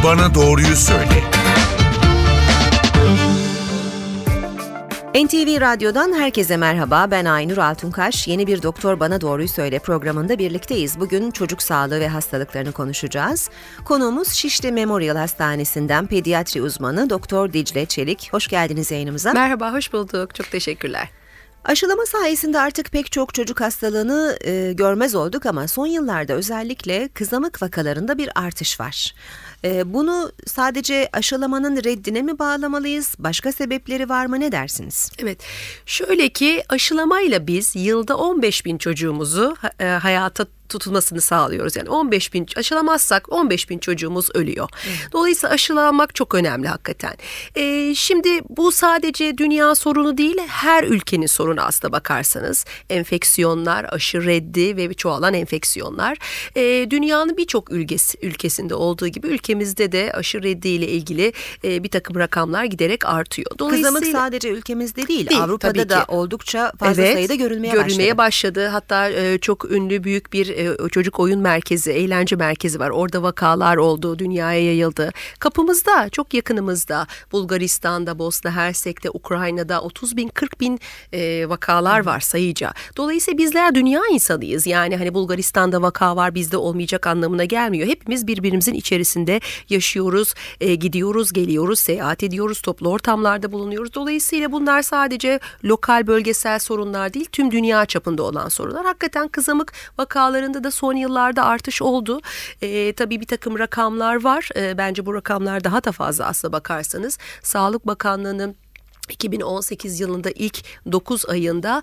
Bana Doğruyu Söyle. NTV Radyo'dan herkese merhaba. Ben Aynur Altunkaş. Yeni bir Doktor Bana Doğruyu Söyle programında birlikteyiz. Bugün çocuk sağlığı ve hastalıklarını konuşacağız. Konuğumuz Şişli Memorial Hastanesi'nden pediatri uzmanı Doktor Dicle Çelik. Hoş geldiniz yayınımıza. Merhaba, hoş bulduk. Çok teşekkürler. Aşılama sayesinde artık pek çok çocuk hastalığını görmez olduk ama son yıllarda özellikle kızamık vakalarında bir artış var. Bunu sadece aşılamanın reddine mi bağlamalıyız? Başka sebepleri var mı? Ne dersiniz? Evet, şöyle ki aşılamayla biz yılda 15 bin çocuğumuzu hayata tutulmasını sağlıyoruz. Yani 15 bin aşılamazsak 15 bin çocuğumuz ölüyor. Dolayısıyla aşılanmak çok önemli hakikaten. Şimdi bu sadece dünya sorunu değil, her ülkenin sorunu aslına bakarsanız. Enfeksiyonlar, aşı reddi ve çoğalan enfeksiyonlar. Dünyanın birçok ülkesinde olduğu gibi ülkemizde de aşı reddi ile ilgili bir takım rakamlar giderek artıyor. Kızamık sadece ülkemizde değil Avrupa'da da oldukça fazla sayıda görülmeye başladı. Hatta çok ünlü büyük bir çocuk oyun merkezi, eğlence merkezi var. Orada vakalar oldu, dünyaya yayıldı. Kapımızda, çok yakınımızda, Bulgaristan'da, Bosna Hersek'te, Ukrayna'da 30 bin, 40 bin vakalar var sayıca. Dolayısıyla bizler dünya insanıyız. Yani hani Bulgaristan'da vaka var, bizde olmayacak anlamına gelmiyor. Hepimiz birbirimizin içerisinde yaşıyoruz, gidiyoruz, geliyoruz, seyahat ediyoruz, toplu ortamlarda bulunuyoruz. Dolayısıyla bunlar sadece lokal, bölgesel sorunlar değil, tüm dünya çapında olan sorunlar. Hakikaten kızamık vakalarında da son yıllarda artış oldu. Tabii bir takım rakamlar var. Bence bu rakamlar daha da fazla aslına bakarsanız. Sağlık Bakanlığı'nın 2018 yılında ilk 9 ayında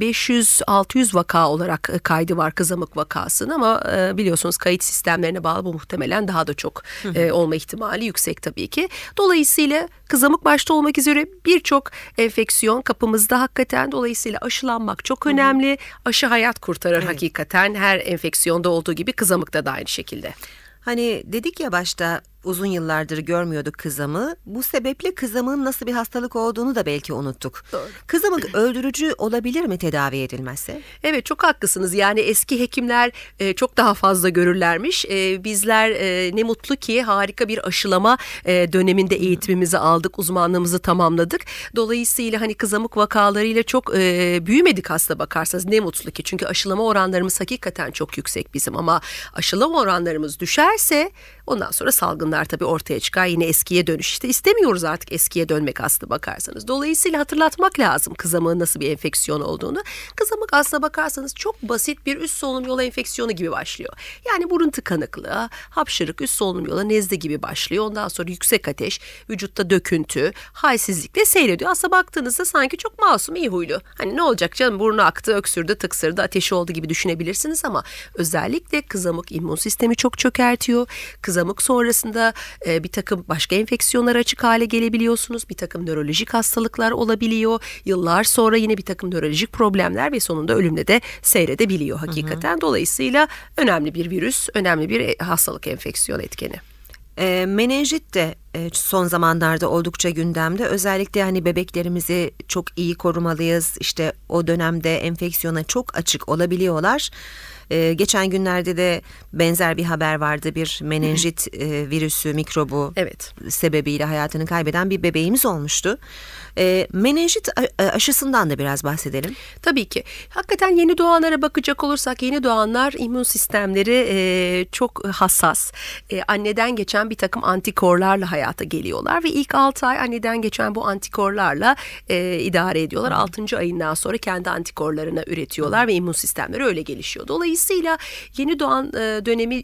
500-600 vaka olarak kaydı var kızamık vakasının ama biliyorsunuz kayıt sistemlerine bağlı bu muhtemelen daha da çok olma ihtimali yüksek tabii ki. Dolayısıyla kızamık başta olmak üzere birçok enfeksiyon kapımızda hakikaten. Dolayısıyla aşılanmak çok önemli. Aşı hayat kurtarır hakikaten. Her enfeksiyonda olduğu gibi kızamıkta da aynı şekilde. Hani dedik ya başta uzun yıllardır görmüyorduk kızamığı. Bu sebeple kızamığın nasıl bir hastalık olduğunu da belki unuttuk. Doğru. Kızamık öldürücü olabilir mi tedavi edilmezse? Evet, çok haklısınız. Yani eski hekimler çok daha fazla görürlermiş. Bizler ne mutlu ki harika bir aşılama döneminde eğitimimizi aldık, uzmanlığımızı tamamladık. Dolayısıyla hani kızamık vakalarıyla çok büyümedik aslına bakarsanız. Ne mutlu ki. Çünkü aşılama oranlarımız hakikaten çok yüksek bizim ama aşılama oranlarımız düşerse ondan sonra salgınlar tabii ortaya çıkar. Yine eskiye dönüş. İşte istemiyoruz artık eskiye dönmek aslına bakarsanız. Dolayısıyla hatırlatmak lazım kızamığın nasıl bir enfeksiyon olduğunu. Kızamık aslına bakarsanız çok basit bir üst solunum yolu enfeksiyonu gibi başlıyor. Yani burun tıkanıklığı, hapşırık, üst solunum yolu nezle gibi başlıyor. Ondan sonra yüksek ateş, vücutta döküntü, halsizlikle seyrediyor. Aslına baktığınızda sanki çok masum, iyi huylu. Hani ne olacak canım, burnu aktı, öksürdü, tıksırdı, ateşi oldu gibi düşünebilirsiniz ama özellikle kızamık immün sistemi çok çökertiyor. Kızamık sonrasında bir takım başka enfeksiyonlara açık hale gelebiliyorsunuz. Bir takım nörolojik hastalıklar olabiliyor. Yıllar sonra yine bir takım nörolojik problemler ve sonunda ölümle de seyredebiliyor hakikaten. Dolayısıyla önemli bir virüs, önemli bir hastalık, enfeksiyon etkeni. Menenjit de son zamanlarda oldukça gündemde. Özellikle hani bebeklerimizi çok iyi korumalıyız. İşte o dönemde enfeksiyona çok açık olabiliyorlar. Geçen günlerde de benzer bir haber vardı. Bir menenjit virüsü, mikrobu sebebiyle hayatını kaybeden bir bebeğimiz olmuştu. Menenjit aşısından da biraz bahsedelim. Tabii ki. Hakikaten yeni doğanlara bakacak olursak yeni doğanlar immün sistemleri çok hassas. Anneden geçen bir takım antikorlarla hayata geliyorlar ve ilk 6 ay anneden geçen bu antikorlarla idare ediyorlar. 6. ayından sonra kendi antikorlarını üretiyorlar ve immün sistemleri öyle gelişiyor. Dolayısıyla yeni doğan dönemi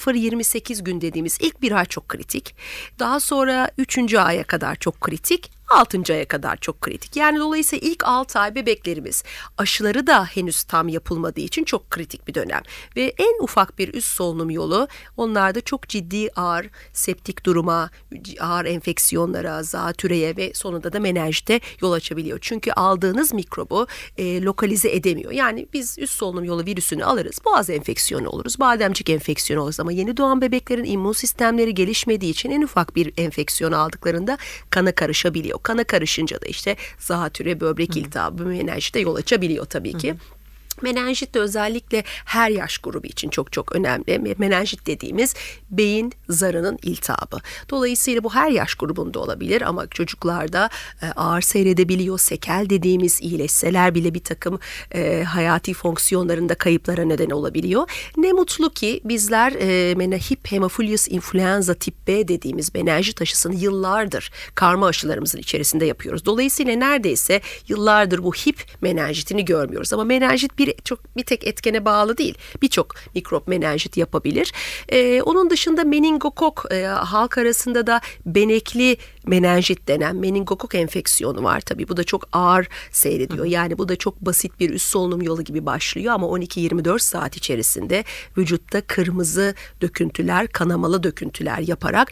0-28 gün dediğimiz ilk bir ay çok kritik. Daha sonra 3. aya kadar çok kritik. 6. aya kadar çok kritik. Yani dolayısıyla ilk 6 ay bebeklerimiz aşıları da henüz tam yapılmadığı için çok kritik bir dönem. Ve en ufak bir üst solunum yolu onlarda çok ciddi ağır septik duruma, ağır enfeksiyonlara, zatürreye ve sonunda da menenjite yol açabiliyor. Çünkü aldığınız mikrobu lokalize edemiyor. Yani biz üst solunum yolu virüsünü alırız, boğaz enfeksiyonu oluruz, bademcik enfeksiyonu oluruz ama yeni doğan bebeklerin immün sistemleri gelişmediği için en ufak bir enfeksiyon aldıklarında kana karışabiliyor. Kana karışınca da işte zatürre, böbrek iltihabı, menenjite yol açabiliyor tabii ki. Menenjit de özellikle her yaş grubu için çok çok önemli. Menenjit dediğimiz beyin zarının iltihabı. Dolayısıyla bu her yaş grubunda olabilir ama çocuklarda ağır seyredebiliyor. Sekel dediğimiz, iyileşseler bile bir takım hayati fonksiyonlarında kayıplara neden olabiliyor. Ne mutlu ki bizler Hib Haemophilus influenza tip B dediğimiz menenjit aşısını yıllardır karma aşılarımızın içerisinde yapıyoruz. Dolayısıyla neredeyse yıllardır bu hip menenjitini görmüyoruz. Ama menenjit bir tek etkene bağlı değil. Birçok mikrop menenjit yapabilir. Onun dışında meningokok, halk arasında da benekli menenjit denen meningokok enfeksiyonu var. Tabii bu da çok ağır seyrediyor. Yani bu da çok basit bir üst solunum yolu gibi başlıyor ama 12-24 saat içerisinde vücutta kırmızı döküntüler, kanamalı döküntüler yaparak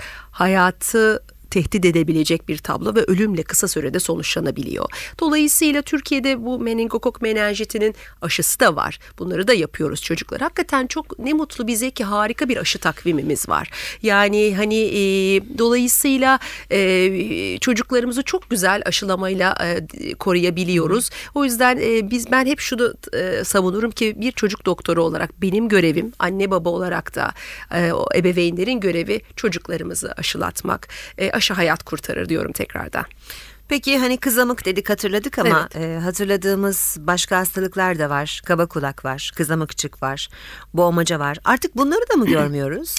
hayatı tehdit edebilecek bir tablo ve ölümle kısa sürede sonuçlanabiliyor. Dolayısıyla Türkiye'de bu meningokok menenjitinin aşısı da var. Bunları da yapıyoruz çocuklar. Hakikaten çok ne mutlu bize ki harika bir aşı takvimimiz var. Yani dolayısıyla çocuklarımızı çok güzel aşılamayla koruyabiliyoruz. O yüzden ben hep şunu savunurum ki bir çocuk doktoru olarak benim görevim, anne baba olarak da o ebeveynlerin görevi çocuklarımızı aşılatmak. Aşı hayat kurtarır diyorum tekrardan. Peki kızamık dedik, hatırladık ama hatırladığımız başka hastalıklar da var. Kaba kulak var, kızamıkçık var, boğmaca var. Artık bunları da mı görmüyoruz?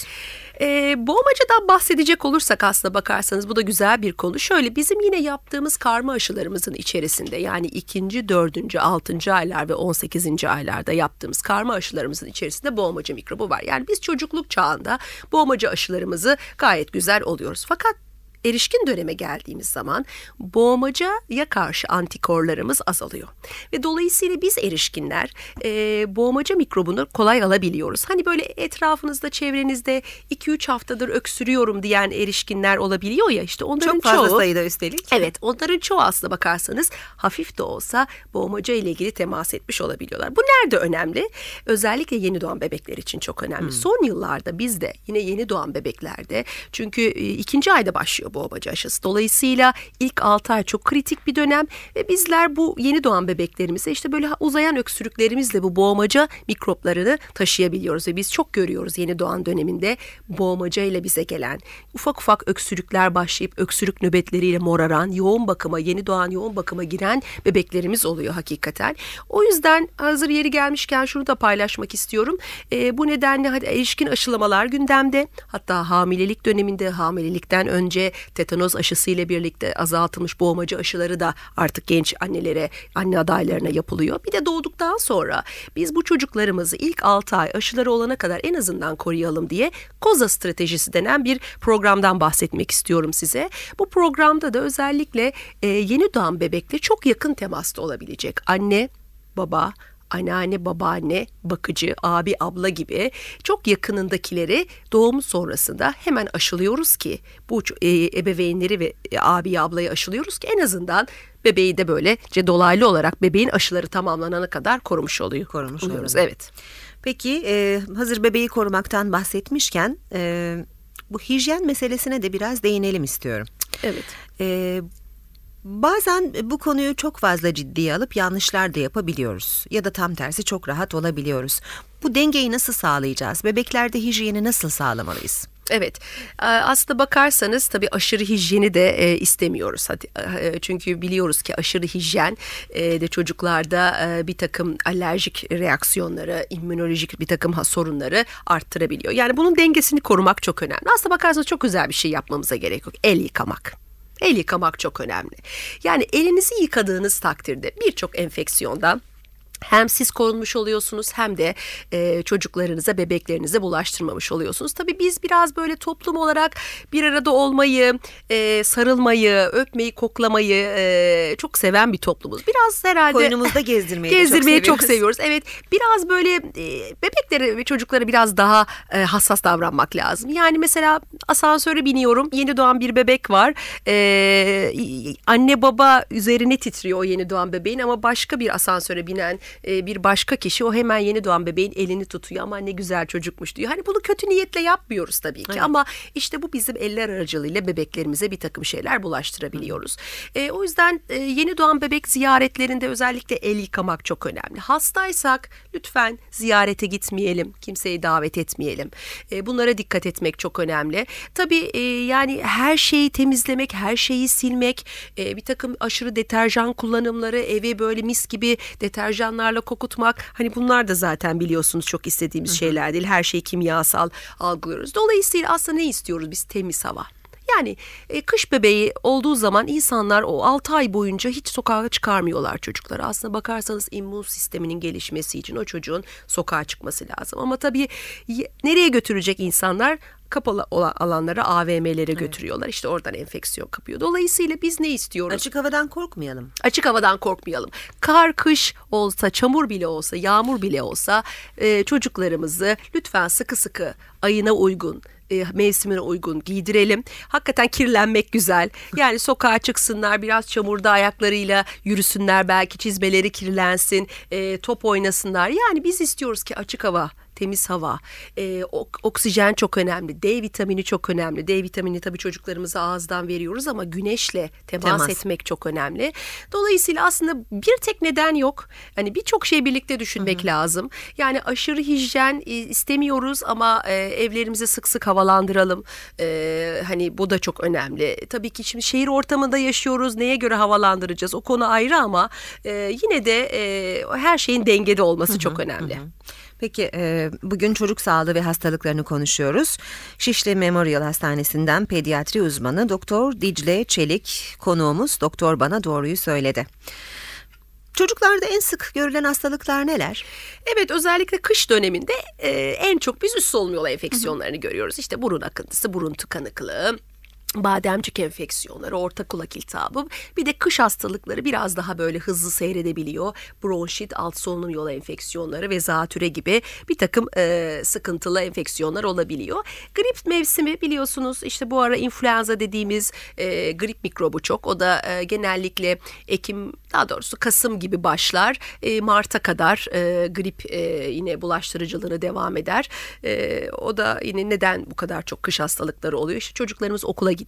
Boğmacadan bahsedecek olursak aslına bakarsanız bu da güzel bir konu. Şöyle bizim yine yaptığımız karma aşılarımızın içerisinde yani 2., 4., 6. aylar ve 18. aylarda yaptığımız karma aşılarımızın içerisinde boğmaca mikrobu var. Yani biz çocukluk çağında boğmaca aşılarımızı gayet güzel oluyoruz. Fakat erişkin döneme geldiğimiz zaman boğmacaya karşı antikorlarımız azalıyor. Ve dolayısıyla biz erişkinler boğmaca mikrobunu kolay alabiliyoruz. Böyle etrafınızda, çevrenizde 2-3 haftadır öksürüyorum diyen erişkinler olabiliyor ya, işte onların çok fazla çoğu, sayıda üstelik. Evet, onların çoğu aslına bakarsanız hafif de olsa boğmaca ile ilgili temas etmiş olabiliyorlar. Bu nerede önemli? Özellikle yeni doğan bebekler için çok önemli. Son yıllarda bizde yine yeni doğan bebeklerde, çünkü 2. ayda başlıyor boğmaca aşısı. Dolayısıyla ilk 6 ay çok kritik bir dönem ve bizler bu yeni doğan bebeklerimize işte böyle uzayan öksürüklerimizle bu boğmaca mikroplarını taşıyabiliyoruz ve biz çok görüyoruz yeni doğan döneminde boğmaca ile bize gelen ufak ufak öksürükler başlayıp öksürük nöbetleriyle moraran, yeni doğan yoğun bakıma giren bebeklerimiz oluyor hakikaten. O yüzden hazır yeri gelmişken şunu da paylaşmak istiyorum. Bu nedenle erişkin aşılamalar gündemde. Hatta hamilelik döneminde, hamilelikten önce tetanoz aşısı ile birlikte azaltılmış boğmaca aşıları da artık genç annelere, anne adaylarına yapılıyor. Bir de doğduktan sonra biz bu çocuklarımızı ilk 6 ay aşıları olana kadar en azından koruyalım diye KOZA stratejisi denen bir programdan bahsetmek istiyorum size. Bu programda da özellikle yeni doğan bebekle çok yakın temasta olabilecek anne, baba, anneanne, babaanne, bakıcı, abi, abla gibi çok yakınındakileri doğum sonrasında hemen aşılıyoruz ki bu ebeveynleri ve abi, ablayı aşılıyoruz ki en azından bebeği de böylece dolaylı olarak bebeğin aşıları tamamlanana kadar korumuş oluyoruz. Evet. Peki hazır bebeği korumaktan bahsetmişken bu hijyen meselesine de biraz değinelim istiyorum. Evet. Bazen bu konuyu çok fazla ciddiye alıp yanlışlar da yapabiliyoruz. Ya da tam tersi çok rahat olabiliyoruz. Bu dengeyi nasıl sağlayacağız? Bebeklerde hijyeni nasıl sağlamalıyız? Evet, aslında bakarsanız tabii aşırı hijyeni de istemiyoruz. Çünkü biliyoruz ki aşırı hijyen de çocuklarda bir takım alerjik reaksiyonları, immünolojik bir takım sorunları arttırabiliyor. Yani bunun dengesini korumak çok önemli. Aslında bakarsanız çok güzel bir şey yapmamıza gerek yok. El yıkamak. El yıkamak çok önemli. Yani elinizi yıkadığınız takdirde birçok enfeksiyondan hem siz korunmuş oluyorsunuz hem de çocuklarınıza, bebeklerinize bulaştırmamış oluyorsunuz. Tabii biz biraz böyle toplum olarak bir arada olmayı, sarılmayı, öpmeyi, koklamayı çok seven bir toplumuz. Biraz herhalde koynumuzda gezdirmeyi çok seviyoruz. Evet, biraz böyle bebeklere ve çocuklara biraz daha hassas davranmak lazım. Yani mesela asansöre biniyorum, yeni doğan bir bebek var. Anne baba üzerine titriyor o yeni doğan bebeğin ama başka bir asansöre binen bir başka kişi o hemen yeni doğan bebeğin elini tutuyor. Ama ne güzel çocukmuş diyor. Hani bunu kötü niyetle yapmıyoruz tabii ki. Evet. Ama işte bu bizim eller aracılığıyla bebeklerimize bir takım şeyler bulaştırabiliyoruz. O yüzden yeni doğan bebek ziyaretlerinde özellikle el yıkamak çok önemli. Hastaysak lütfen ziyarete gitmeyelim. Kimseyi davet etmeyelim. Bunlara dikkat etmek çok önemli. Tabii yani her şeyi temizlemek, her şeyi silmek, bir takım aşırı deterjan kullanımları, evi böyle mis gibi deterjanlarla kokutmak. Hani bunlar da zaten biliyorsunuz çok istediğimiz şeyler değil. Her şeyi kimyasal algılıyoruz. Dolayısıyla aslında ne istiyoruz biz? Temiz hava. Yani kış bebeği olduğu zaman insanlar o 6 ay boyunca hiç sokağa çıkarmıyorlar çocukları. Aslında bakarsanız immün sisteminin gelişmesi için o çocuğun sokağa çıkması lazım. Ama tabii nereye götürecek insanlar? Kapalı olan alanlara, AVM'lere götürüyorlar. İşte oradan enfeksiyon kapıyor. Dolayısıyla biz ne istiyoruz? Açık havadan korkmayalım. Açık havadan korkmayalım. Kar, kış olsa, çamur bile olsa, yağmur bile olsa çocuklarımızı lütfen sıkı sıkı ayına uygun, mevsimine uygun giydirelim. Hakikaten kirlenmek güzel. Yani sokağa çıksınlar, biraz çamurda ayaklarıyla yürüsünler, belki çizmeleri kirlensin, top oynasınlar. Yani biz istiyoruz ki açık hava, temiz hava, oksijen çok önemli, D vitamini çok önemli. D vitamini tabii çocuklarımıza ağızdan veriyoruz ama güneşle temas etmek çok önemli. Dolayısıyla aslında bir tek neden yok. Hani birçok şey birlikte düşünmek lazım. Yani aşırı hijyen istemiyoruz ama evlerimizi sık sık havalandıralım. Hani bu da çok önemli. Tabii ki şimdi şehir ortamında yaşıyoruz. Neye göre havalandıracağız? O konu ayrı ama yine de her şeyin dengede olması çok önemli. Peki bugün çocuk sağlığı ve hastalıklarını konuşuyoruz. Şişli Memorial Hastanesi'nden pediatri uzmanı Doktor Dicle Çelik konuğumuz. Doktor bana doğruyu söyledi. Çocuklarda en sık görülen hastalıklar neler? Evet, özellikle kış döneminde en çok biz üst solunum yolu enfeksiyonlarını görüyoruz. İşte burun akıntısı, burun tıkanıklığı, bademcik enfeksiyonları, orta kulak iltihabı, bir de kış hastalıkları biraz daha böyle hızlı seyredebiliyor. Bronşit, alt solunum yolu enfeksiyonları ve zatüre gibi bir takım sıkıntılı enfeksiyonlar olabiliyor. Grip mevsimi biliyorsunuz işte bu ara influenza dediğimiz grip mikrobu çok. O da genellikle Ekim, daha doğrusu Kasım gibi başlar. Mart'a kadar grip yine bulaştırıcılığını devam eder. O da yine neden bu kadar çok kış hastalıkları oluyor? İşte çocuklarımız okula gidiyor.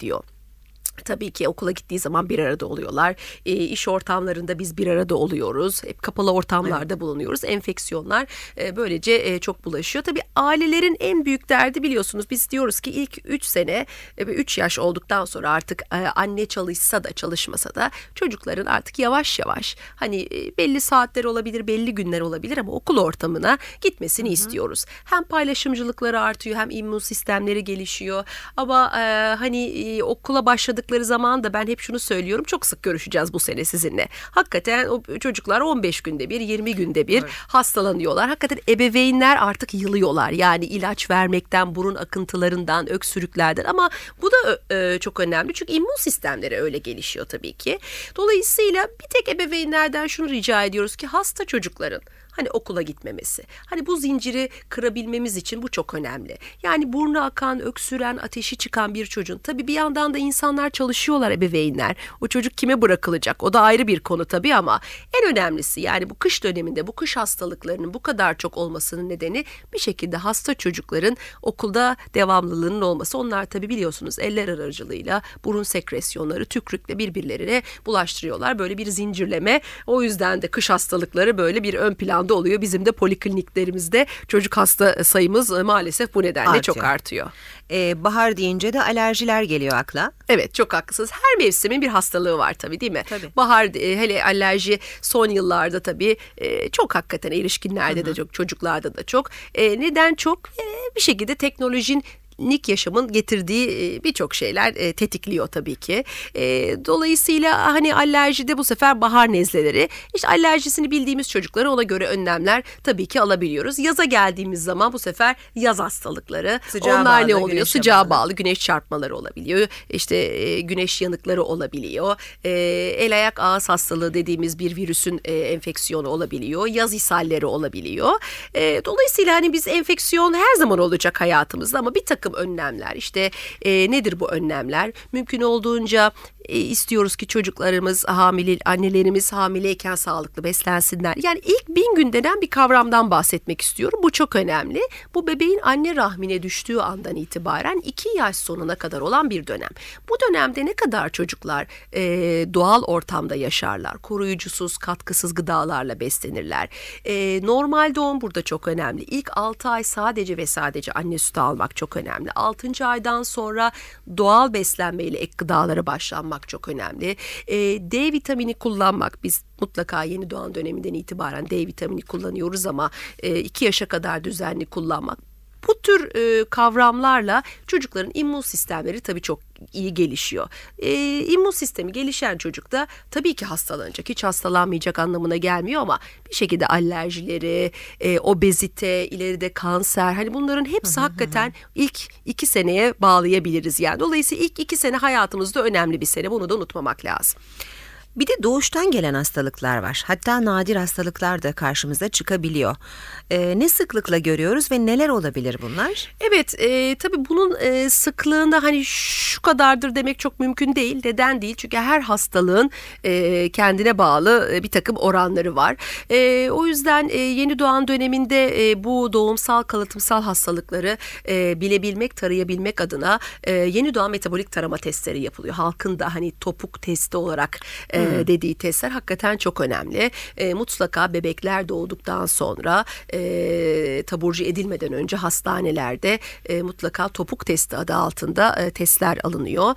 Tabii ki okula gittiği zaman bir arada oluyorlar. İş ortamlarında biz bir arada oluyoruz. Hep kapalı ortamlarda bulunuyoruz. Enfeksiyonlar böylece çok bulaşıyor. Tabii ailelerin en büyük derdi biliyorsunuz. Biz diyoruz ki ilk 3 sene, 3 yaş olduktan sonra artık anne çalışsa da çalışmasa da çocukların artık yavaş yavaş hani belli saatler olabilir, belli günler olabilir ama okul ortamına gitmesini istiyoruz. Hem paylaşımcılıkları artıyor hem immün sistemleri gelişiyor. Ama hani okula başladık zaman da ben hep şunu söylüyorum, çok sık görüşeceğiz bu sene sizinle. Hakikaten o çocuklar 15 günde bir, 20 günde bir hastalanıyorlar. Hakikaten ebeveynler artık yılıyorlar. Yani ilaç vermekten, burun akıntılarından, öksürüklerden ama bu da çok önemli. Çünkü immün sistemleri öyle gelişiyor tabii ki. Dolayısıyla bir tek ebeveynlerden şunu rica ediyoruz ki hasta çocukların hani okula gitmemesi. Hani bu zinciri kırabilmemiz için bu çok önemli. Yani burnu akan, öksüren, ateşi çıkan bir çocuğun. Tabii bir yandan da insanlar çalışıyorlar, ebeveynler. O çocuk kime bırakılacak? O da ayrı bir konu tabii ama en önemlisi yani bu kış döneminde bu kış hastalıklarının bu kadar çok olmasının nedeni bir şekilde hasta çocukların okulda devamlılığının olması. Onlar tabii biliyorsunuz eller aracılığıyla burun sekresyonları tükrükle birbirlerine bulaştırıyorlar. Böyle bir zincirleme. O yüzden de kış hastalıkları böyle bir ön planda oluyor. Bizim de polikliniklerimizde çocuk hasta sayımız maalesef bu nedenle çok artıyor. Bahar deyince de alerjiler geliyor akla. Evet, çok haklısınız. Her mevsimin bir hastalığı var tabii, değil mi? Tabii. Bahar hele alerji son yıllarda tabii çok hakikaten erişkinlerde de çok, çocuklarda da çok. Neden çok? Bir şekilde teknolojinin yaşamın getirdiği birçok şeyler tetikliyor tabii ki. Dolayısıyla hani alerjide bu sefer bahar nezleleri, işte alerjisini bildiğimiz çocuklara ona göre önlemler tabii ki alabiliyoruz. Yaza geldiğimiz zaman bu sefer yaz hastalıkları. Sıcağa onlar bağlı, ne oluyor? güneşe Sıcağa bağlı. bağlı güneş çarpmaları olabiliyor. İşte güneş yanıkları olabiliyor. El ayak ağız hastalığı dediğimiz bir virüsün enfeksiyonu olabiliyor. Yaz ishalleri olabiliyor. Dolayısıyla hani biz enfeksiyon her zaman olacak hayatımızda ama bir takım takım önlemler. İşte nedir bu önlemler? Mümkün olduğunca istiyoruz ki çocuklarımız, annelerimiz hamileyken sağlıklı beslensinler. Yani ilk 1000 gün denen bir kavramdan bahsetmek istiyorum. Bu çok önemli. Bu bebeğin anne rahmine düştüğü andan itibaren 2 yaş sonuna kadar olan bir dönem. Bu dönemde ne kadar çocuklar doğal ortamda yaşarlar, koruyucusuz, katkısız gıdalarla beslenirler. Normal doğum burada çok önemli. İlk 6 ay sadece ve sadece anne sütü almak çok önemli. 6. aydan sonra doğal beslenmeyle ek gıdalara başlanmak çok önemli. D vitamini kullanmak, biz mutlaka yeni doğan döneminden itibaren D vitamini kullanıyoruz ama 2 yaşa kadar düzenli kullanmak. Bu tür kavramlarla çocukların immün sistemleri tabii çok iyi gelişiyor. İmmün sistemi gelişen çocukta tabii ki hastalanacak. Hiç hastalanmayacak anlamına gelmiyor ama bir şekilde alerjileri, obezite, ileride kanser, hani bunların hepsi hakikaten ilk 2 seneye bağlayabiliriz yani. Dolayısıyla ilk 2 sene hayatımızda önemli bir sene. Bunu da unutmamak lazım. Bir de doğuştan gelen hastalıklar var. Hatta nadir hastalıklar da karşımıza çıkabiliyor. Ne sıklıkla görüyoruz ve neler olabilir bunlar? Evet, tabii bunun sıklığında hani şu kadardır demek çok mümkün değil. Neden değil? Çünkü her hastalığın kendine bağlı bir takım oranları var. O yüzden yeni doğan döneminde bu doğumsal, kalıtımsal hastalıkları bilebilmek, tarayabilmek adına yeni doğan metabolik tarama testleri yapılıyor. Halkın da hani topuk testi olarak dediği testler hakikaten çok önemli. Mutlaka bebekler doğduktan sonra taburcu edilmeden önce hastanelerde mutlaka topuk testi adı altında testler alınıyor.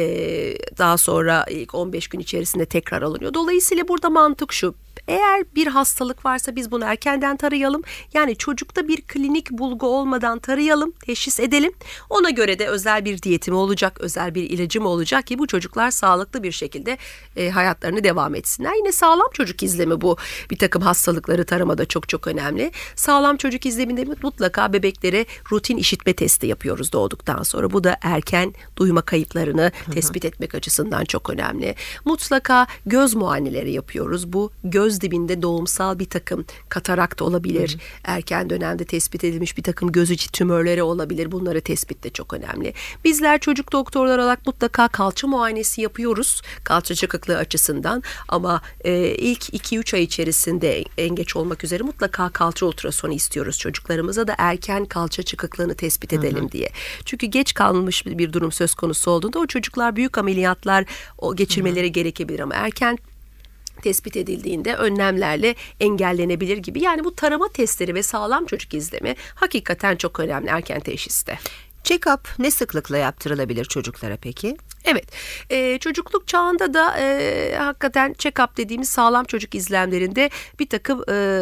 Daha sonra ilk 15 gün içerisinde tekrar alınıyor. Dolayısıyla burada mantık şu: eğer bir hastalık varsa biz bunu erkenden tarayalım. Yani çocukta bir klinik bulgu olmadan tarayalım, teşhis edelim. Ona göre de özel bir diyetim olacak, özel bir ilacım olacak ki bu çocuklar sağlıklı bir şekilde hayatlarını devam etsinler. Yine sağlam çocuk izlemi bu bir takım hastalıkları taramada çok çok önemli. Sağlam çocuk izleminde mutlaka bebeklere rutin işitme testi yapıyoruz doğduktan sonra. Bu da erken duyma kayıplarını tespit etmek açısından çok önemli. Mutlaka göz muayeneleri yapıyoruz. Bu göz dibinde doğumsal bir takım katarakt olabilir. Erken dönemde tespit edilmiş bir takım göz içi tümörleri olabilir. Bunları tespit de çok önemli. Bizler çocuk doktorlar olarak mutlaka kalça muayenesi yapıyoruz. Kalça çıkıklığı açısından ama ilk 2-3 ay içerisinde en geç olmak üzere mutlaka kalça ultrasonu istiyoruz çocuklarımıza da erken kalça çıkıklığını tespit edelim diye. Çünkü geç kalmış bir durum söz konusu olduğunda o çocuklar büyük ameliyatlar geçirmeleri gerekebilir ama erken tespit edildiğinde önlemlerle engellenebilir gibi. Yani bu tarama testleri ve sağlam çocuk izlemi hakikaten çok önemli erken teşhiste. Check-up ne sıklıkla yaptırılabilir çocuklara peki? Evet, çocukluk çağında da hakikaten check-up dediğimiz sağlam çocuk izlemlerinde bir takım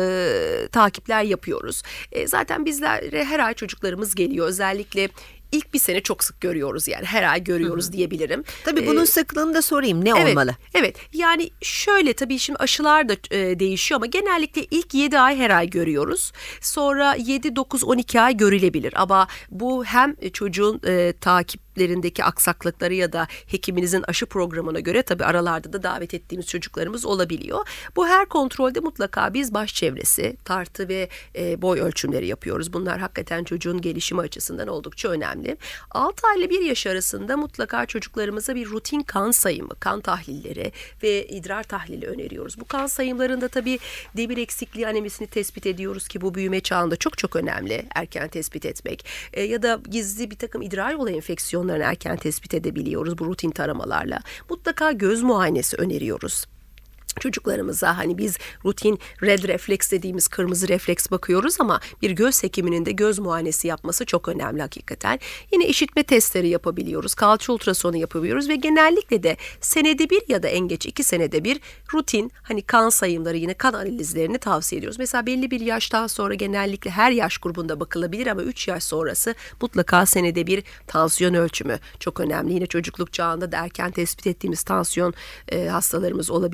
takipler yapıyoruz. Zaten bizlere her ay çocuklarımız geliyor. Özellikle İlk bir sene çok sık görüyoruz yani her ay görüyoruz diyebilirim. Tabii bunun sıklığını da sorayım, ne olmalı? Evet, yani şöyle, tabii şimdi aşılar da değişiyor ama genellikle ilk 7 ay her ay görüyoruz. Sonra 7, 9, 12 ay görülebilir ama bu hem çocuğun takiplerindeki aksaklıkları ya da hekiminizin aşı programına göre tabii aralarda da davet ettiğimiz çocuklarımız olabiliyor. Bu her kontrolde mutlaka biz baş çevresi, tartı ve boy ölçümleri yapıyoruz. Bunlar hakikaten çocuğun gelişimi açısından oldukça önemli. 6 ay ile 1 yaş arasında mutlaka çocuklarımıza bir rutin kan sayımı, kan tahlilleri ve idrar tahlili öneriyoruz. Bu kan sayımlarında tabii demir eksikliği anemisini tespit ediyoruz ki bu büyüme çağında çok çok önemli erken tespit etmek. Ya da gizli bir takım idrar yolu enfeksiyonlarını erken tespit edebiliyoruz bu rutin taramalarla. Mutlaka göz muayenesi öneriyoruz çocuklarımıza. Hani biz rutin red refleks dediğimiz kırmızı refleks bakıyoruz ama bir göz hekiminin de göz muayenesi yapması çok önemli hakikaten. Yine işitme testleri yapabiliyoruz. Kalça ultrasonu yapabiliyoruz ve genellikle de senede bir ya da en geç 2 senede bir rutin hani kan sayımları, yine kan analizlerini tavsiye ediyoruz. Mesela belli bir yaştan sonra genellikle her yaş grubunda bakılabilir ama 3 yaş sonrası mutlaka senede bir tansiyon ölçümü çok önemli. Yine çocukluk çağında da erken tespit ettiğimiz tansiyon hastalarımız olabiliyor.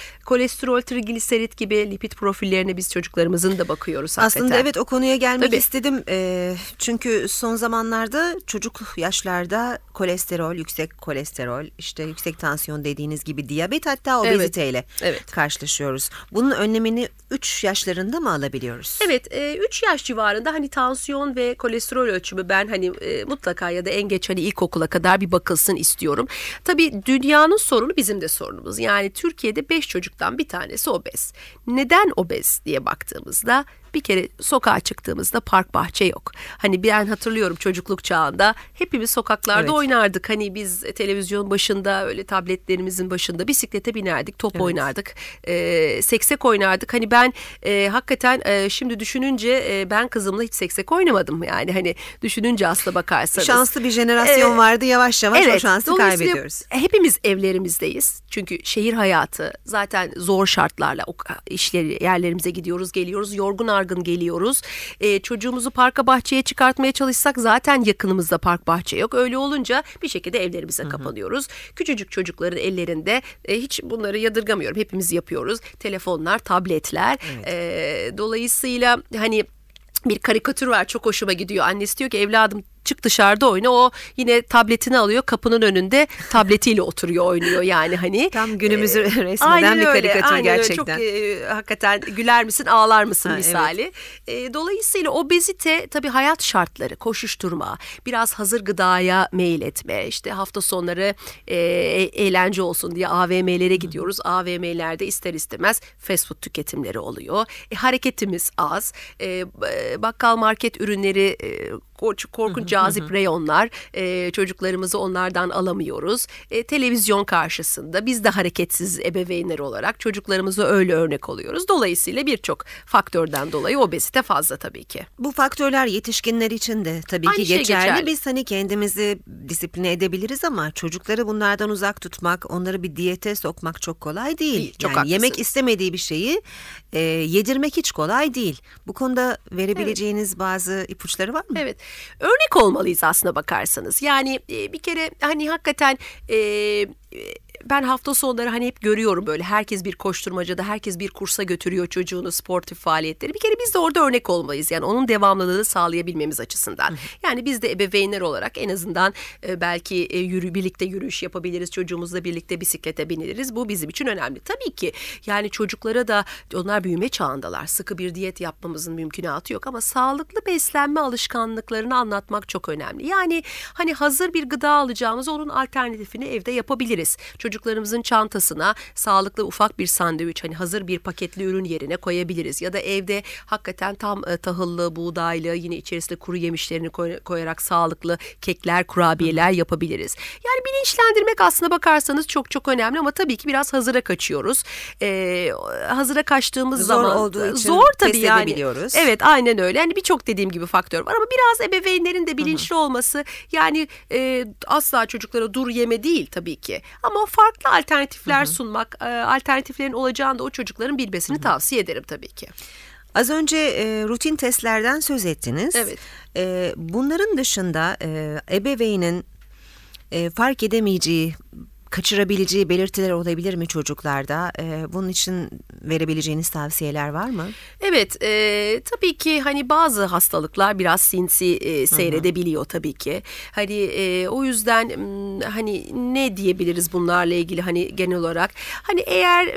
Kolesterol, trigliserit gibi lipid profillerine biz çocuklarımızın da bakıyoruz hakikaten. Aslında evet, o konuya gelmek Tabii. istedim. Çünkü son zamanlarda çocuk yaşlarda kolesterol, yüksek kolesterol, işte yüksek tansiyon dediğiniz gibi diyabet, hatta obeziteyle Evet. karşılaşıyoruz. Bunun önlemini 3 yaşlarında mı alabiliyoruz? Evet, 3 yaş civarında hani tansiyon ve kolesterol ölçümü ben hani mutlaka ya da en geç hani ilkokula kadar bir bakılsın istiyorum. Tabii dünyanın sorunu bizim de sorunumuz. Yani Türkiye'de 5 çocuktan bir tanesi obez. Neden obez diye baktığımızda bir kere sokağa çıktığımızda park bahçe yok. Hani ben hatırlıyorum çocukluk çağında hepimiz sokaklarda Evet. oynardık. Hani biz televizyon başında öyle tabletlerimizin başında bisiklete binerdik, top oynardık, seksek oynardık. Hani ben hakikaten şimdi düşününce ben kızımla hiç seksek oynamadım. Yani hani düşününce aslına bakarsanız. Şanslı bir jenerasyon vardı, yavaş yavaş o şansı dolayısıyla kaybediyoruz. hepimiz evlerimizdeyiz. Çünkü şehir hayatı zaten zor şartlarla yerlerimize gidiyoruz, geliyoruz, yorgun argın geliyoruz. Çocuğumuzu parka bahçeye çıkartmaya çalışsak zaten yakınımızda park bahçe yok. Öyle olunca bir şekilde evlerimize kapanıyoruz. Küçücük çocukların ellerinde hiç bunları yadırgamıyorum. Hepimiz yapıyoruz. Telefonlar, tabletler. Dolayısıyla hani bir karikatür var, çok hoşuma gidiyor. Annesi diyor ki evladım çık dışarıda oyna. O yine tabletini alıyor, kapının önünde tabletiyle oturuyor, oynuyor yani hani. Tam günümüzü resmeden bir karikatür aynen gerçekten. Öyle. Çok hakikaten güler misin ağlar mısın misali. Evet. Dolayısıyla obezite tabii hayat şartları, koşuşturma, biraz hazır gıdaya meyil etme, işte hafta sonları eğlence olsun diye AVM'lere gidiyoruz. AVM'lerde ister istemez fast food tüketimleri oluyor. Hareketimiz az. Bakkal market ürünleri korkunç cazip reyonlar, çocuklarımızı onlardan alamıyoruz. Televizyon karşısında biz de hareketsiz ebeveynler olarak çocuklarımıza öyle örnek oluyoruz. Dolayısıyla birçok faktörden dolayı obezite fazla tabii ki. Bu faktörler yetişkinler için de tabii Aynı ki şey geçerli. geçerli. Biz hani kendimizi disipline edebiliriz ama çocukları bunlardan uzak tutmak, onları bir diyete sokmak çok kolay değil. Değil, çok yani yemek haklısınız. istemediği bir şeyi yedirmek hiç kolay değil. Bu konuda verebileceğiniz bazı ipuçları var mı? Evet. Örnek olmalıyız aslına bakarsanız. Yani bir kere hani hakikaten ben hafta sonları hani hep görüyorum böyle herkes bir koşturmacada, herkes bir kursa götürüyor çocuğunu, sportif faaliyetleri. Bir kere biz de orada örnek olmalıyız. Yani onun devamlılığını sağlayabilmemiz açısından. Yani biz de ebeveynler olarak en azından belki birlikte yürüyüş yapabiliriz. Çocuğumuzla birlikte bisiklete bineriz. Bu bizim için önemli. Tabii ki yani çocuklara da onlar büyüme çağındalar. Sıkı bir diyet yapmamızın mümkünatı yok ama sağlıklı beslenme alışkanlıklarını anlatmak çok önemli. Yani hani hazır bir gıda alacağımız onun alternatifini evde yapabiliriz. Çocuklarımızın çantasına sağlıklı ufak bir sandviç, hani hazır bir paketli ürün yerine koyabiliriz. Ya da evde hakikaten tam tahıllı, buğdaylı, yine içerisine kuru yemişlerini koyarak sağlıklı kekler, kurabiyeler yapabiliriz. Yani bilinçlendirmek aslına bakarsanız çok çok önemli ama tabii ki biraz hazıra kaçıyoruz. Hazıra kaçtığımız Zor zaman olduğu için zor tabii pes yani. edebiliyoruz. Evet, aynen öyle. Yani birçok dediğim gibi faktör var ama biraz ebeveynlerin de bilinçli olması, yani asla çocuklara dur yeme değil tabii ki. Ama farklı alternatifler sunmak, alternatiflerin olacağını da o çocukların bilmesini tavsiye ederim tabii ki. Az önce rutin testlerden söz ettiniz. Evet. Bunların dışında ebeveynin fark edemeyeceği, kaçırabileceği belirtiler olabilir mi çocuklarda? Bunun için verebileceğiniz tavsiyeler var mı? Evet, tabii ki hani bazı hastalıklar biraz sinsi seyredebiliyor tabii ki. Hani o yüzden hani ne diyebiliriz bunlarla ilgili hani genel olarak? Hani eğer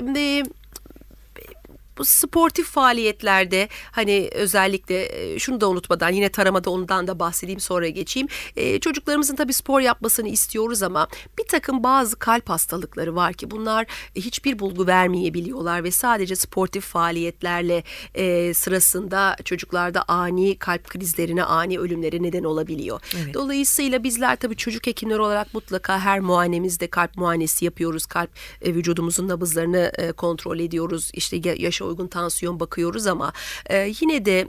bu sportif faaliyetlerde hani özellikle şunu da unutmadan, yine taramada ondan da bahsedeyim sonra geçeyim. Çocuklarımızın tabii spor yapmasını istiyoruz ama bir takım bazı kalp hastalıkları var ki bunlar hiçbir bulgu vermeyebiliyorlar ve sadece sportif faaliyetlerle sırasında çocuklarda ani kalp krizlerine, ani ölümlere neden olabiliyor. Evet. Dolayısıyla bizler tabii çocuk hekimleri olarak mutlaka her muayenemizde kalp muayenesi yapıyoruz. Kalp vücudumuzun nabızlarını kontrol ediyoruz. İşte yaş uygun tansiyon bakıyoruz ama yine de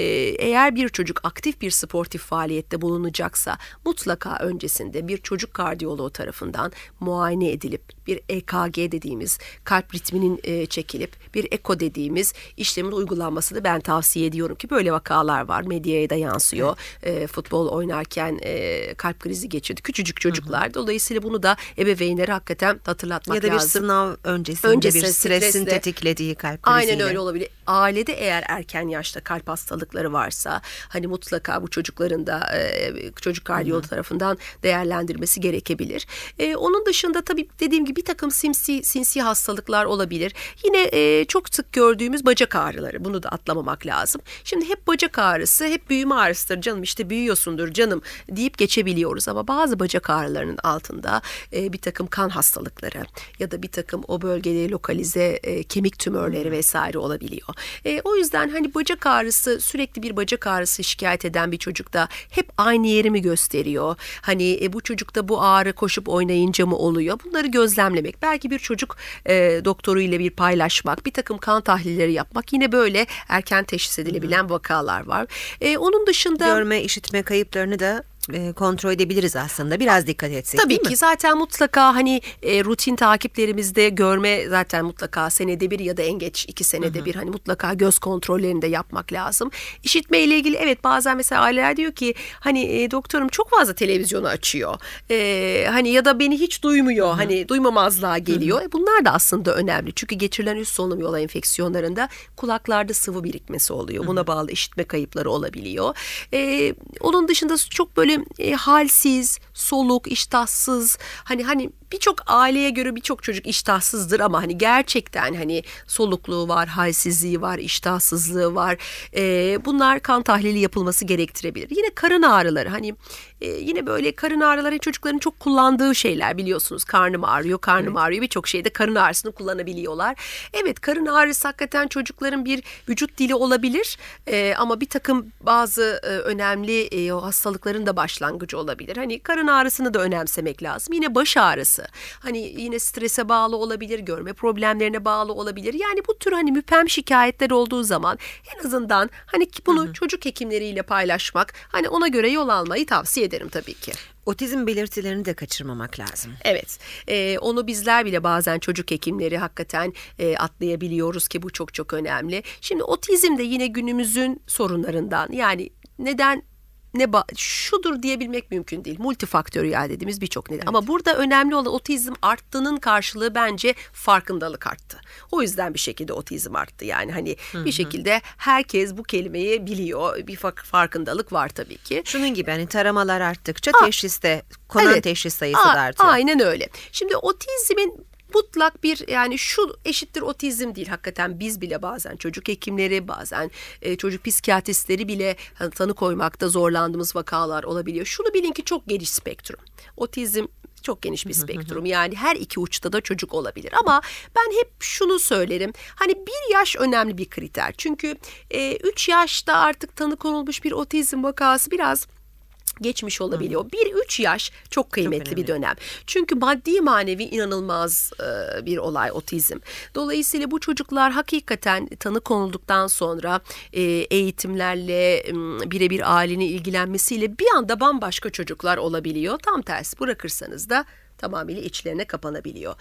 eğer bir çocuk aktif bir sportif faaliyette bulunacaksa mutlaka öncesinde bir çocuk kardiyoloğu tarafından muayene edilip bir EKG dediğimiz kalp ritminin çekilip bir eko dediğimiz işlemin uygulanmasını ben tavsiye ediyorum ki böyle vakalar var. Medyaya da yansıyor. Futbol oynarken kalp krizi geçirdi. Küçücük çocuklar. Dolayısıyla bunu da ebeveynlere hakikaten hatırlatmak lazım. Ya da bir sınav öncesinde bir stresin tetiklediği kalp kriziyle. Aynen öyle olabilir. Ailede eğer erken yaşta kalp hastalıkları varsa hani mutlaka bu çocukların da çocuk kardiyoloğu tarafından değerlendirmesi gerekebilir. Onun dışında tabii dediğim gibi bir takım sinsi hastalıklar olabilir. Yine çok sık gördüğümüz bacak ağrıları. Bunu da atlamamak lazım. Şimdi hep bacak ağrısı, hep büyüme ağrısıdır canım, işte büyüyorsundur canım deyip geçebiliyoruz ama bazı bacak ağrılarının altında bir takım kan hastalıkları ya da bir takım o bölgede lokalize kemik tümörleri vesaire olabiliyor. O yüzden hani bacak ağrısı, sürekli bir bacak ağrısı şikayet eden bir çocukta hep aynı yeri mi gösteriyor? Hani bu çocukta bu ağrı koşup oynayınca mı oluyor? Bunları gözlemlemek, belki bir çocuk doktoruyla bir paylaşmak, bir takım kan tahlilleri yapmak, yine böyle erken teşhis edilebilen vakalar var. Onun dışında görme, işitme kayıplarını da kontrol edebiliriz aslında. Biraz dikkat etsek, tabii değil ki mi? zaten mutlaka hani rutin takiplerimizde görme zaten mutlaka senede bir ya da en geç 2 senede bir hani mutlaka göz kontrollerini de yapmak lazım. İşitme ile ilgili evet bazen mesela aileler diyor ki hani doktorum çok fazla televizyonu açıyor. Hani ya da beni hiç duymuyor. Hani duymamazlığa geliyor. Bunlar da aslında önemli. Çünkü geçirilen üst solunum yolu enfeksiyonlarında kulaklarda sıvı birikmesi oluyor. Buna bağlı işitme kayıpları olabiliyor. Onun dışında çok böyle halsiz, soluk, iştahsız, hani birçok aileye göre birçok çocuk iştahsızdır ama hani gerçekten hani solukluğu var, halsizliği var, iştahsızlığı var. Bunlar kan tahlili yapılması gerektirebilir. Yine karın ağrıları, hani yine böyle karın ağrıları çocukların çok kullandığı şeyler, biliyorsunuz. Karnım ağrıyor. Birçok şeyde karın ağrısını kullanabiliyorlar. Evet, karın ağrısı hakikaten çocukların bir vücut dili olabilir ama bir takım bazı önemli hastalıkların da başlangıcı olabilir. Hani karın ağrısını da önemsemek lazım. Yine baş ağrısı. Hani yine strese bağlı olabilir, görme problemlerine bağlı olabilir. Yani bu tür hani müphem şikayetler olduğu zaman en azından hani bunu çocuk hekimleriyle paylaşmak, hani ona göre yol almayı tavsiye ederim tabii ki. Otizm belirtilerini de kaçırmamak lazım. Evet, onu bizler bile bazen çocuk hekimleri hakikaten atlayabiliyoruz ki bu çok çok önemli. Şimdi otizm de yine günümüzün sorunlarından, yani neden şudur diyebilmek mümkün değil. Multifaktöriyel dediğimiz birçok neden. Evet. Ama burada önemli olan otizm arttığının karşılığı bence farkındalık arttı. O yüzden bir şekilde otizm arttı. Yani hani bir şekilde herkes bu kelimeyi biliyor. Bir farkındalık var tabii ki. Şunun gibi hani taramalar arttıkça teşhiste konan teşhis sayısı da artıyor. Aynen öyle. Şimdi otizmin mutlak bir, yani şu eşittir otizm değil. Hakikaten biz bile bazen çocuk hekimleri, bazen çocuk psikiyatristleri bile tanı koymakta zorlandığımız vakalar olabiliyor. Şunu bilin ki çok geniş spektrum. Otizm çok geniş bir spektrum. Yani her iki uçta da çocuk olabilir. Ama ben hep şunu söylerim. Hani 1 yaş önemli bir kriter. Çünkü 3 yaşta artık tanı konulmuş bir otizm vakası biraz geçmiş olabiliyor. 1-3 yaş çok kıymetli bir dönem. Çünkü maddi manevi inanılmaz bir olay otizm. Dolayısıyla bu çocuklar hakikaten tanı konulduktan sonra eğitimlerle, birebir ailenin ilgilenmesiyle bir anda bambaşka çocuklar olabiliyor. Tam tersi bırakırsanız da tamamıyla içlerine kapanabiliyor.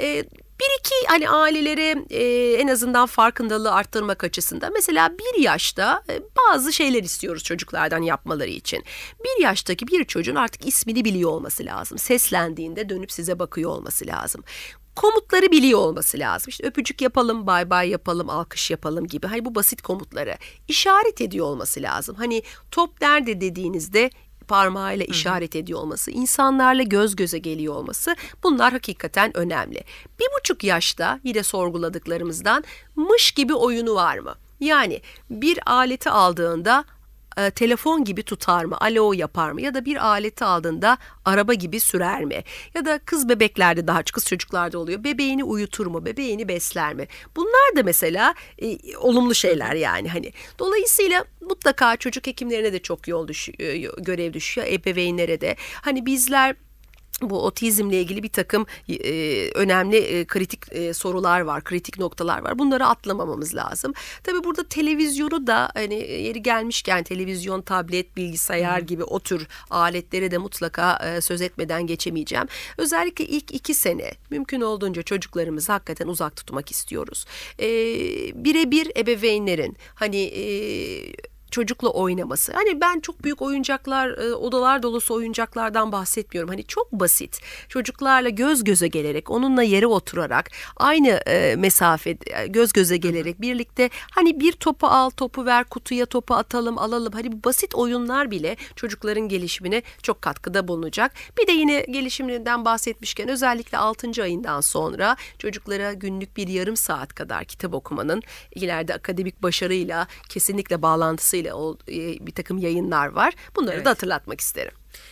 Bir iki hani ailelere en azından farkındalığı arttırmak açısından mesela 1 yaşta bazı şeyler istiyoruz çocuklardan yapmaları için. 1 yaştaki bir çocuğun artık ismini biliyor olması lazım. Seslendiğinde dönüp size bakıyor olması lazım. Komutları biliyor olması lazım. İşte öpücük yapalım, bay bay yapalım, alkış yapalım gibi. Hani bu basit komutları işaret ediyor olması lazım. Hani top nerede dediğinizde parmağıyla işaret ediyor olması, insanlarla göz göze geliyor olması, bunlar hakikaten önemli. 1,5 yaşta yine sorguladıklarımızdan mış gibi oyunu var mı? Yani bir aleti aldığında telefon gibi tutar mı? Alo yapar mı? Ya da bir aleti aldığında araba gibi sürer mi? Ya da kız bebeklerde, daha kız çocuklarda oluyor. Bebeğini uyutur mu? Bebeğini besler mi? Bunlar da mesela olumlu şeyler yani hani. Dolayısıyla mutlaka çocuk hekimlerine de çok görev düşüyor. Ebeveynlere de. Hani bizler bu otizmle ilgili bir takım önemli kritik sorular var, kritik noktalar var. Bunları atlamamamız lazım. Tabii burada televizyonu da hani yeri gelmişken televizyon, tablet, bilgisayar gibi o tür aletlere de mutlaka söz etmeden geçemeyeceğim. Özellikle ilk 2 sene mümkün olduğunca çocuklarımızı hakikaten uzak tutmak istiyoruz. Birebir ebeveynlerin hani çocukla oynaması. Hani ben çok büyük oyuncaklar, odalar dolusu oyuncaklardan bahsetmiyorum. Hani çok basit. Çocuklarla göz göze gelerek, onunla yere oturarak, aynı mesafe göz göze gelerek birlikte hani bir topu al, topu ver, kutuya topu atalım, alalım. Hani bu basit oyunlar bile çocukların gelişimine çok katkıda bulunacak. Bir de yine gelişiminden bahsetmişken özellikle 6. ayından sonra çocuklara günlük bir yarım saat kadar kitap okumanın ileride akademik başarıyla kesinlikle bağlantısıyla bir takım yayınlar var. Bunları da hatırlatmak isterim.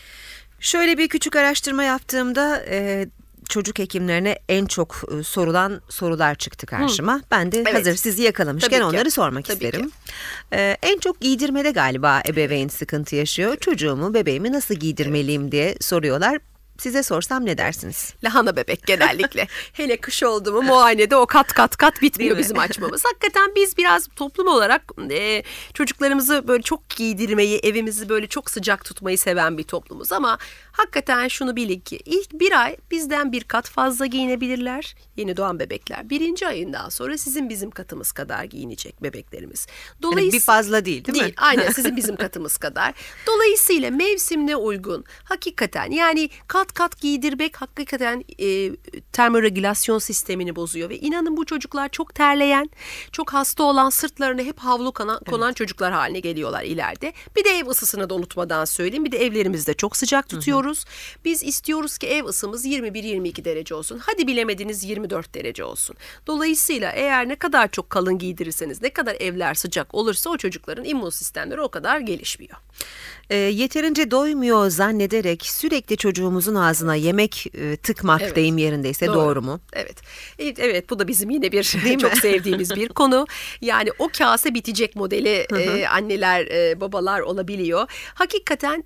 Şöyle bir küçük araştırma yaptığımda çocuk hekimlerine en çok sorulan sorular çıktı karşıma. Ben de hazır sizi yakalamışken onları sormak isterim. En çok giydirmede galiba ebeveyn sıkıntı yaşıyor. Çocuğumu, bebeğimi nasıl giydirmeliyim diye soruyorlar. Size sorsam ne dersiniz? Lahana bebek genellikle. Hele kış oldu mu muayenede o kat bitmiyor bizim açmamız. Hakikaten biz biraz toplum olarak çocuklarımızı böyle çok giydirmeyi, evimizi böyle çok sıcak tutmayı seven bir toplumuz. Ama hakikaten şunu bilin ki ilk 1 ay bizden bir kat fazla giyinebilirler. Yeni doğan bebekler. 1. ayından sonra sizin bizim katımız kadar giyinecek bebeklerimiz. Dolayısıyla bir fazla değil mi? Aynen sizin bizim katımız kadar. Dolayısıyla mevsimine uygun hakikaten yani kat giydirmek hakikaten termoregülasyon sistemini bozuyor ve inanın bu çocuklar çok terleyen, çok hasta olan, sırtlarına hep havlu konan çocuklar haline geliyorlar ileride. Bir de ev ısısını da unutmadan söyleyeyim. Bir de evlerimizde çok sıcak tutuyoruz. Biz istiyoruz ki ev ısımız 21-22 derece olsun. Hadi bilemediniz 24 derece olsun. Dolayısıyla eğer ne kadar çok kalın giydirirseniz, ne kadar evler sıcak olursa o çocukların immün sistemleri o kadar gelişmiyor. Yeterince doymuyor zannederek sürekli çocuğumuzun ağzına yemek tıkmak deyim yerindeyse doğru mu? Evet bu da bizim yine bir çok sevdiğimiz bir konu. Yani o kase bitecek modeli anneler babalar olabiliyor. Hakikaten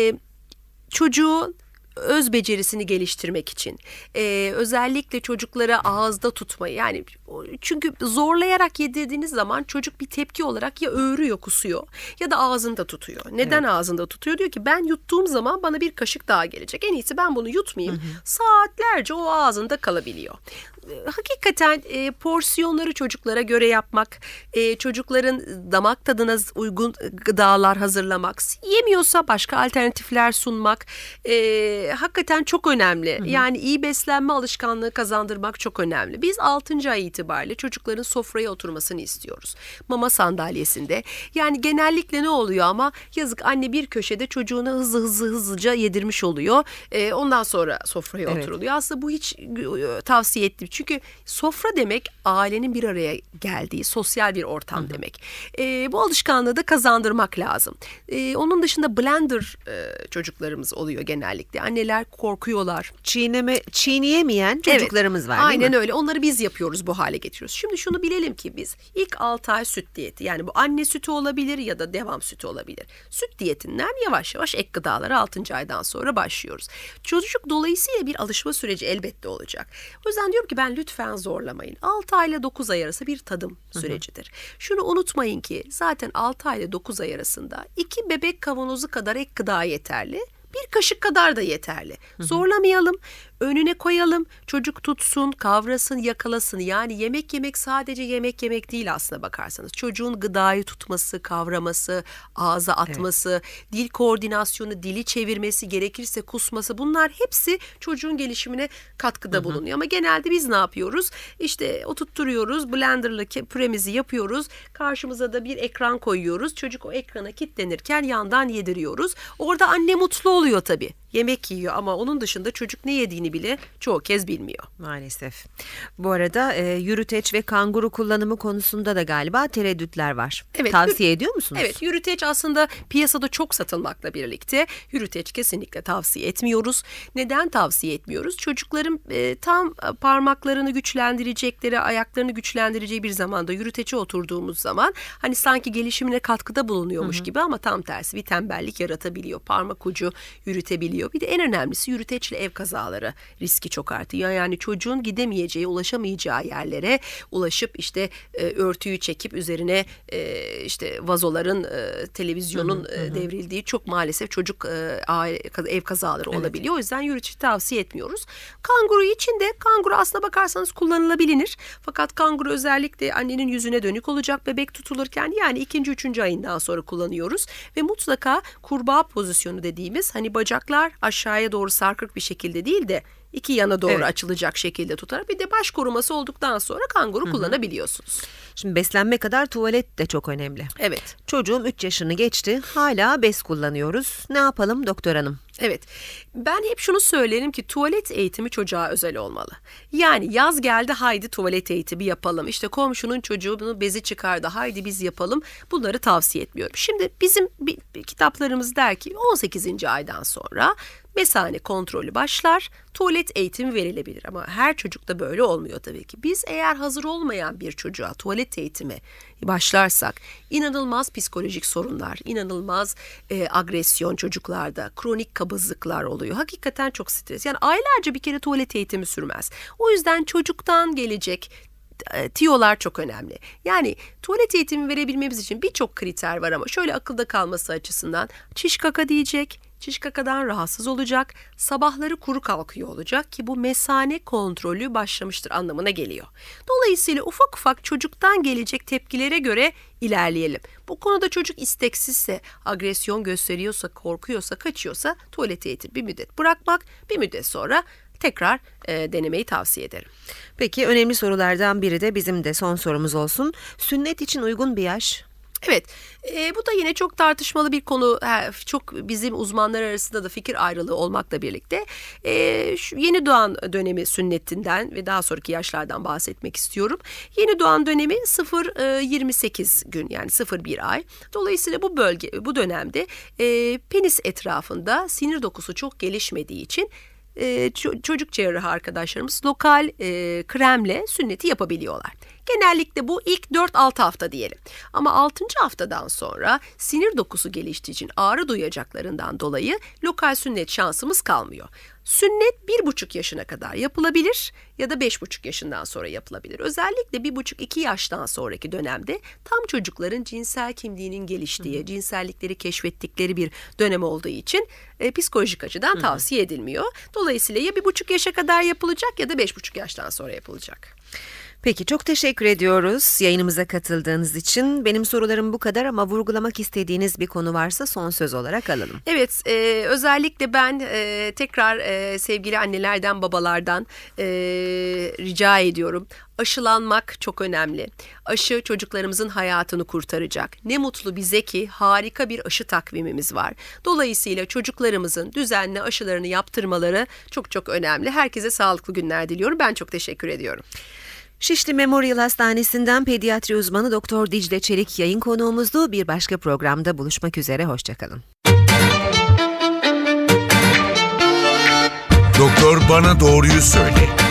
çocuğun öz becerisini geliştirmek için özellikle çocuklara ağızda tutmayı yani çünkü zorlayarak yedirdiğiniz zaman çocuk bir tepki olarak ya öğürüyor, kusuyor ya da ağzında tutuyor. Neden ağzında tutuyor? Diyor ki ben yuttuğum zaman bana bir kaşık daha gelecek. En iyisi ben bunu yutmayayım. Saatlerce o ağzında kalabiliyor. Hakikaten porsiyonları çocuklara göre yapmak, çocukların damak tadına uygun gıdalar hazırlamak, yemiyorsa başka alternatifler sunmak hakikaten çok önemli. Yani iyi beslenme alışkanlığı kazandırmak çok önemli. Biz 6. ay itibariyle çocukların sofraya oturmasını istiyoruz. Mama sandalyesinde. Yani genellikle ne oluyor ama yazık anne bir köşede çocuğuna hızlıca yedirmiş oluyor. Ondan sonra sofraya oturuluyor. Aslında bu hiç tavsiye ettiğim. Çünkü sofra demek ailenin bir araya geldiği sosyal bir ortam demek. Bu alışkanlığı da kazandırmak lazım. Onun dışında blender çocuklarımız oluyor genellikle. Anneler korkuyorlar. Çiğneyemeyen çocuklarımız var değil Aynen mi? öyle. Onları biz yapıyoruz, bu hale getiriyoruz. Şimdi şunu bilelim ki biz ilk 6 ay süt diyeti yani bu anne sütü olabilir ya da devam sütü olabilir. Süt diyetinden yavaş yavaş ek gıdalara 6. aydan sonra başlıyoruz. Çocuk dolayısıyla bir alışma süreci elbette olacak. O yüzden diyorum ki ben lütfen zorlamayın. 6 ay ile 9 ay arası bir tadım sürecidir. Şunu unutmayın ki zaten 6 ay ile 9 ay arasında 2 bebek kavanozu kadar ek gıda yeterli. Bir kaşık kadar da yeterli. Zorlamayalım, önüne koyalım, çocuk tutsun, kavrasın, yakalasın. Yani yemek yemek sadece yemek yemek değil aslına bakarsanız. Çocuğun gıdayı tutması, kavraması, ağza atması, dil koordinasyonu, dili çevirmesi, gerekirse kusması bunlar hepsi çocuğun gelişimine katkıda bulunuyor. Ama genelde biz ne yapıyoruz? İşte oturtturuyoruz, blenderla püremizi yapıyoruz, karşımıza da bir ekran koyuyoruz. Çocuk o ekrana kilitlenirken yandan yediriyoruz. Orada anne mutlu oluyor tabii. Yemek yiyor ama onun dışında çocuk ne yediğini bile çoğu kez bilmiyor. Maalesef. Bu arada yürüteç ve kanguru kullanımı konusunda da galiba tereddütler var. Evet, tavsiye ediyor musunuz? Evet, yürüteç aslında piyasada çok satılmakla birlikte yürüteç kesinlikle tavsiye etmiyoruz. Neden tavsiye etmiyoruz? Çocukların tam parmaklarını güçlendirecekleri, ayaklarını güçlendireceği bir zamanda yürütece oturduğumuz zaman hani sanki gelişimine katkıda bulunuyormuş gibi ama tam tersi bir tembellik yaratabiliyor. Parmak ucu yürütebiliyor. olabiliyor. Bir de en önemlisi yürüteçli ev kazaları riski çok artıyor. Yani çocuğun gidemeyeceği, ulaşamayacağı yerlere ulaşıp işte örtüyü çekip üzerine işte vazoların, televizyonun devrildiği çok maalesef çocuk ev kazaları olabiliyor. O yüzden yürütücü tavsiye etmiyoruz. Kanguru için de kanguru aslına bakarsanız kullanılabilir. Fakat kanguru özellikle annenin yüzüne dönük olacak bebek tutulurken, yani 2. 3. ayından sonra kullanıyoruz ve mutlaka kurbağa pozisyonu dediğimiz, hani bacaklar aşağıya doğru sarkık bir şekilde değil de iki yana doğru açılacak şekilde tutarak, bir de baş koruması olduktan sonra kanguru kullanabiliyorsunuz. Şimdi beslenme kadar tuvalet de çok önemli. Evet. Çocuğum 3 yaşını geçti, hala bez kullanıyoruz. Ne yapalım doktor hanım? Evet, ben hep şunu söylerim ki tuvalet eğitimi çocuğa özel olmalı. Yani yaz geldi, haydi tuvalet eğitimi yapalım. İşte komşunun çocuğu bunu bezi çıkardı, haydi biz yapalım. Bunları tavsiye etmiyorum. Şimdi bizim kitaplarımız der ki 18. aydan sonra mesane kontrolü başlar, tuvalet eğitimi verilebilir. Ama her çocukta böyle olmuyor tabii ki. Biz eğer hazır olmayan bir çocuğa tuvalet eğitimi başlarsak inanılmaz psikolojik sorunlar, inanılmaz agresyon çocuklarda, kronik kabızlıklar oluyor. Hakikaten çok stres. Yani aylarca bir kere tuvalet eğitimi sürmez. O yüzden çocuktan gelecek tiyolar çok önemli. Yani tuvalet eğitimi verebilmemiz için birçok kriter var ama şöyle akılda kalması açısından çiş kaka diyecek, çiş kakadan rahatsız olacak, sabahları kuru kalkıyor olacak ki bu mesane kontrolü başlamıştır anlamına geliyor. Dolayısıyla ufak ufak çocuktan gelecek tepkilere göre ilerleyelim. Bu konuda çocuk isteksizse, agresyon gösteriyorsa, korkuyorsa, kaçıyorsa tuvalet eğitimi bir müddet bırakmak, bir müddet sonra tekrar denemeyi tavsiye ederim. Peki önemli sorulardan biri de bizim de son sorumuz olsun. Sünnet için uygun bir yaş? Evet, bu da yine çok tartışmalı bir konu. Çok bizim uzmanlar arasında da fikir ayrılığı olmakla birlikte şu yeni doğan dönemi sünnetinden ve daha sonraki yaşlardan bahsetmek istiyorum. Yeni doğan dönemi 0-28 gün, yani 0-1 ay. Dolayısıyla bu dönemde penis etrafında sinir dokusu çok gelişmediği için çocuk cerrahı arkadaşlarımız lokal kremle sünneti yapabiliyorlar. Genellikle bu ilk 4-6 hafta diyelim. Ama 6. haftadan sonra sinir dokusu geliştiği için ağrı duyacaklarından dolayı lokal sünnet şansımız kalmıyor. Sünnet 1,5 yaşına kadar yapılabilir ya da 5,5 yaşından sonra yapılabilir. Özellikle 1,5-2 yaştan sonraki dönemde tam çocukların cinsel kimliğinin geliştiği, cinsellikleri keşfettikleri bir dönem olduğu için psikolojik açıdan tavsiye edilmiyor. Dolayısıyla ya 1,5 yaşa kadar yapılacak ya da 5,5 yaştan sonra yapılacak. Peki, çok teşekkür ediyoruz yayınımıza katıldığınız için. Benim sorularım bu kadar ama vurgulamak istediğiniz bir konu varsa son söz olarak alalım. Evet, özellikle ben tekrar sevgili annelerden, babalardan rica ediyorum. Aşılanmak çok önemli. Aşı çocuklarımızın hayatını kurtaracak. Ne mutlu bize ki harika bir aşı takvimimiz var. Dolayısıyla çocuklarımızın düzenli aşılarını yaptırmaları çok çok önemli. Herkese sağlıklı günler diliyorum. Ben çok teşekkür ediyorum. Şişli Memorial Hastanesi'nden pediatri uzmanı Doktor Dicle Çelik yayın konuğumuzdu. Bir başka programda buluşmak üzere, hoşçakalın. Doktor bana doğruyu söyle.